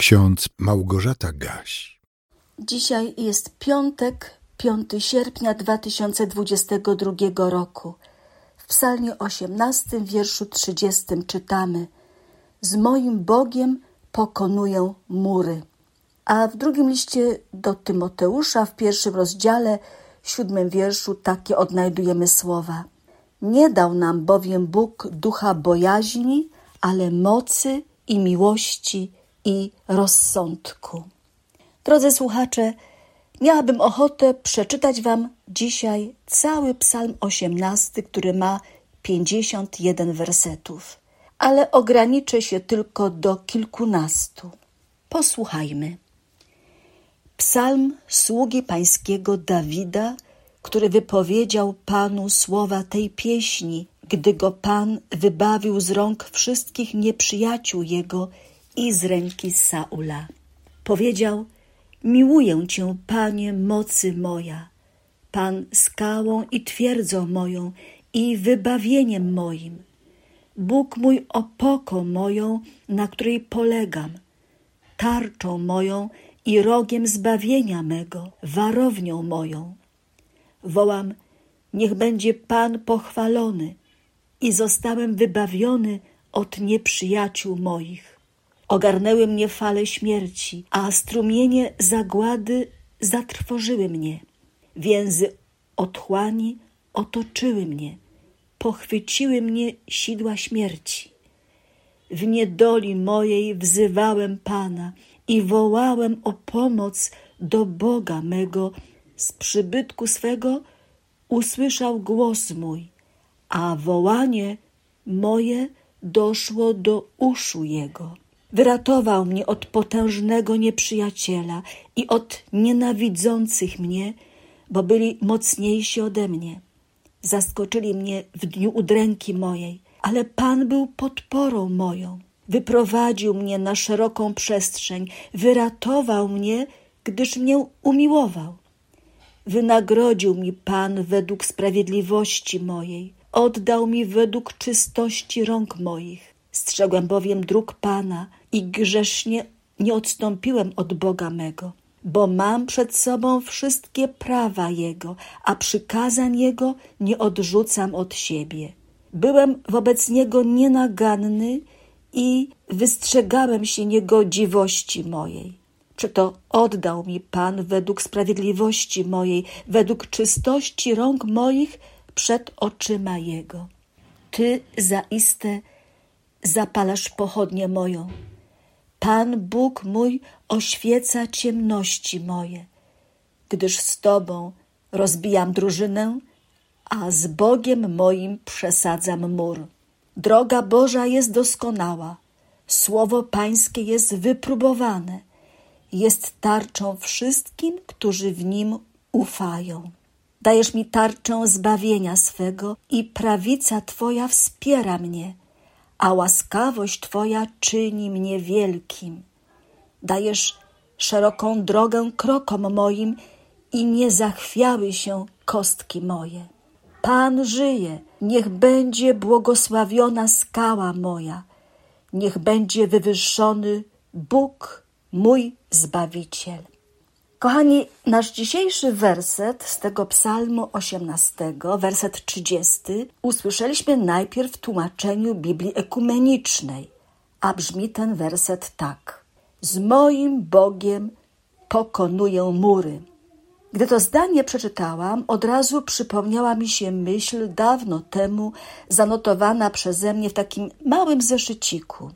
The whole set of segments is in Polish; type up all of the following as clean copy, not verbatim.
ksiądz Małgorzata Gaś. Dzisiaj jest piątek, 5 sierpnia 2022 roku. W psalmie 18, wierszu 30 czytamy: Z moim Bogiem pokonuję mury. A w drugim liście do Tymoteusza, w 1 rozdziale, 7 wierszu, takie odnajdujemy słowa: Nie dał nam bowiem Bóg ducha bojaźni, ale mocy i miłości i rozsądku. Drodzy słuchacze, miałabym ochotę przeczytać Wam dzisiaj cały psalm 18, który ma 51 wersetów, ale ograniczę się tylko do kilkunastu. Posłuchajmy. Psalm sługi pańskiego Dawida, który wypowiedział Panu słowa tej pieśni, gdy go Pan wybawił z rąk wszystkich nieprzyjaciół jego i z ręki Saula. Powiedział: Miłuję Cię, Panie, mocy moja, Pan skałą i twierdzą moją i wybawieniem moim. Bóg mój opoką moją, na której polegam, tarczą moją i rogiem zbawienia mego, warownią moją. Wołam: niech będzie Pan pochwalony, i zostałem wybawiony od nieprzyjaciół moich. Ogarnęły mnie fale śmierci, a strumienie zagłady zatrwożyły mnie. Więzy otchłani otoczyły mnie, pochwyciły mnie sidła śmierci. W niedoli mojej wzywałem Pana i wołałem o pomoc do Boga mego. Z przybytku swego usłyszał głos mój, a wołanie moje doszło do uszu Jego. Wyratował mnie od potężnego nieprzyjaciela i od nienawidzących mnie, bo byli mocniejsi ode mnie. Zaskoczyli mnie w dniu udręki mojej, ale Pan był podporą moją. Wyprowadził mnie na szeroką przestrzeń, wyratował mnie, gdyż mnie umiłował. Wynagrodził mi Pan według sprawiedliwości mojej, oddał mi według czystości rąk moich. Strzegłem bowiem dróg Pana i grzesznie nie odstąpiłem od Boga mego, bo mam przed sobą wszystkie prawa Jego, a przykazań Jego nie odrzucam od siebie. Byłem wobec Niego nienaganny i wystrzegałem się niegodziwości mojej. Czy to oddał mi Pan według sprawiedliwości mojej, według czystości rąk moich przed oczyma Jego. Ty zaiste zapalasz pochodnię moją. Pan Bóg mój oświeca ciemności moje, gdyż z Tobą rozbijam drużynę, a z Bogiem moim przesadzam mur. Droga Boża jest doskonała, słowo Pańskie jest wypróbowane, jest tarczą wszystkim, którzy w Nim ufają. Dajesz mi tarczę zbawienia swego i prawica Twoja wspiera mnie, a łaskawość Twoja czyni mnie wielkim. Dajesz szeroką drogę krokom moim i nie zachwiały się kostki moje. Pan żyje, niech będzie błogosławiona skała moja, niech będzie wywyższony Bóg, mój Zbawiciel. Kochani, nasz dzisiejszy werset z tego psalmu 18, werset 30, usłyszeliśmy najpierw w tłumaczeniu Biblii Ekumenicznej, a brzmi ten werset tak: Z moim Bogiem pokonuję mury. Gdy to zdanie przeczytałam, od razu przypomniała mi się myśl dawno temu zanotowana przeze mnie w takim małym zeszyciku.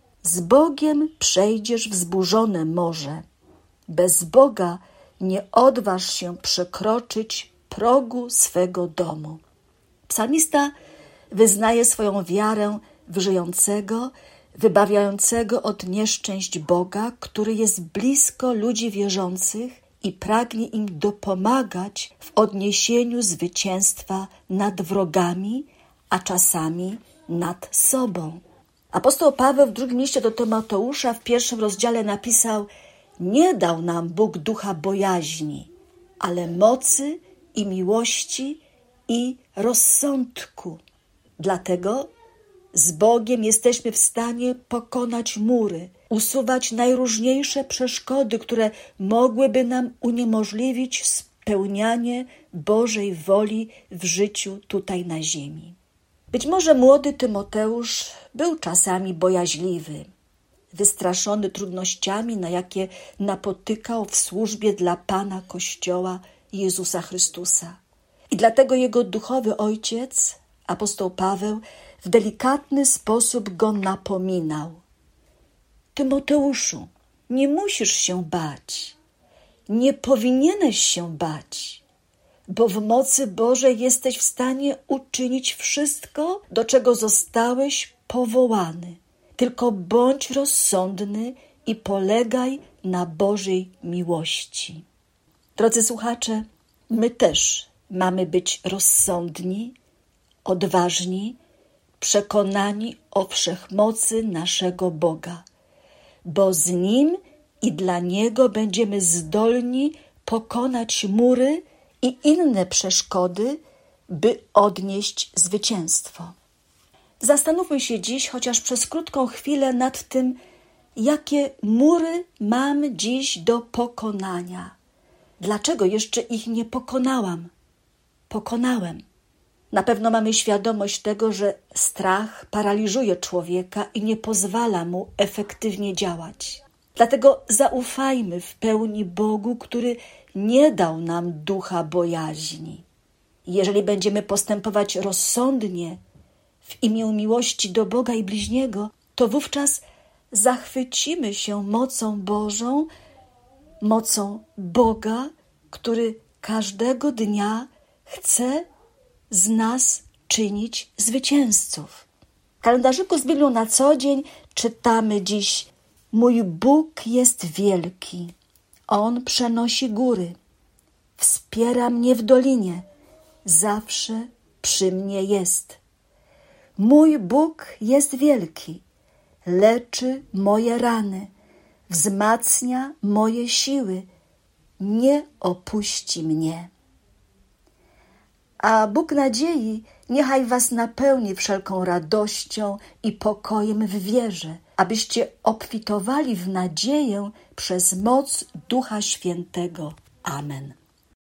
Z Bogiem przejdziesz wzburzone morze. Bez Boga nie odważ się przekroczyć progu swego domu. Psalmista wyznaje swoją wiarę w żyjącego, wybawiającego od nieszczęść Boga, który jest blisko ludzi wierzących i pragnie im dopomagać w odniesieniu zwycięstwa nad wrogami, a czasami nad sobą. Apostoł Paweł w drugim liście do Tymoteusza w 1 rozdziale napisał: Nie dał nam Bóg ducha bojaźni, ale mocy i miłości i rozsądku. Dlatego z Bogiem jesteśmy w stanie pokonać mury, usuwać najróżniejsze przeszkody, które mogłyby nam uniemożliwić spełnianie Bożej woli w życiu tutaj na ziemi. Być może młody Tymoteusz był czasami bojaźliwy, wystraszony trudnościami, na jakie napotykał w służbie dla Pana Kościoła Jezusa Chrystusa. I dlatego jego duchowy ojciec, apostoł Paweł, w delikatny sposób go napominał. Tymoteuszu, nie musisz się bać, nie powinieneś się bać, bo w mocy Bożej jesteś w stanie uczynić wszystko, do czego zostałeś powołany. Tylko bądź rozsądny i polegaj na Bożej miłości. Drodzy słuchacze, my też mamy być rozsądni, odważni, przekonani o wszechmocy naszego Boga, bo z Nim i dla Niego będziemy zdolni pokonać mury i inne przeszkody, by odnieść zwycięstwo. Zastanówmy się dziś chociaż przez krótką chwilę nad tym, jakie mury mam dziś do pokonania. Dlaczego jeszcze ich nie pokonałem? Na pewno mamy świadomość tego, że strach paraliżuje człowieka i nie pozwala mu efektywnie działać. Dlatego zaufajmy w pełni Bogu, który nie dał nam ducha bojaźni. Jeżeli będziemy postępować rozsądnie w imię miłości do Boga i bliźniego, to wówczas zachwycimy się mocą Bożą, mocą Boga, który każdego dnia chce z nas czynić zwycięzców. W kalendarzyku z Biblią na co dzień czytamy dziś: mój Bóg jest wielki, On przenosi góry, wspiera mnie w dolinie, zawsze przy mnie jest. Mój Bóg jest wielki, leczy moje rany, wzmacnia moje siły, nie opuści mnie. A Bóg nadziei niechaj was napełni wszelką radością i pokojem w wierze, abyście obfitowali w nadzieję przez moc Ducha Świętego. Amen.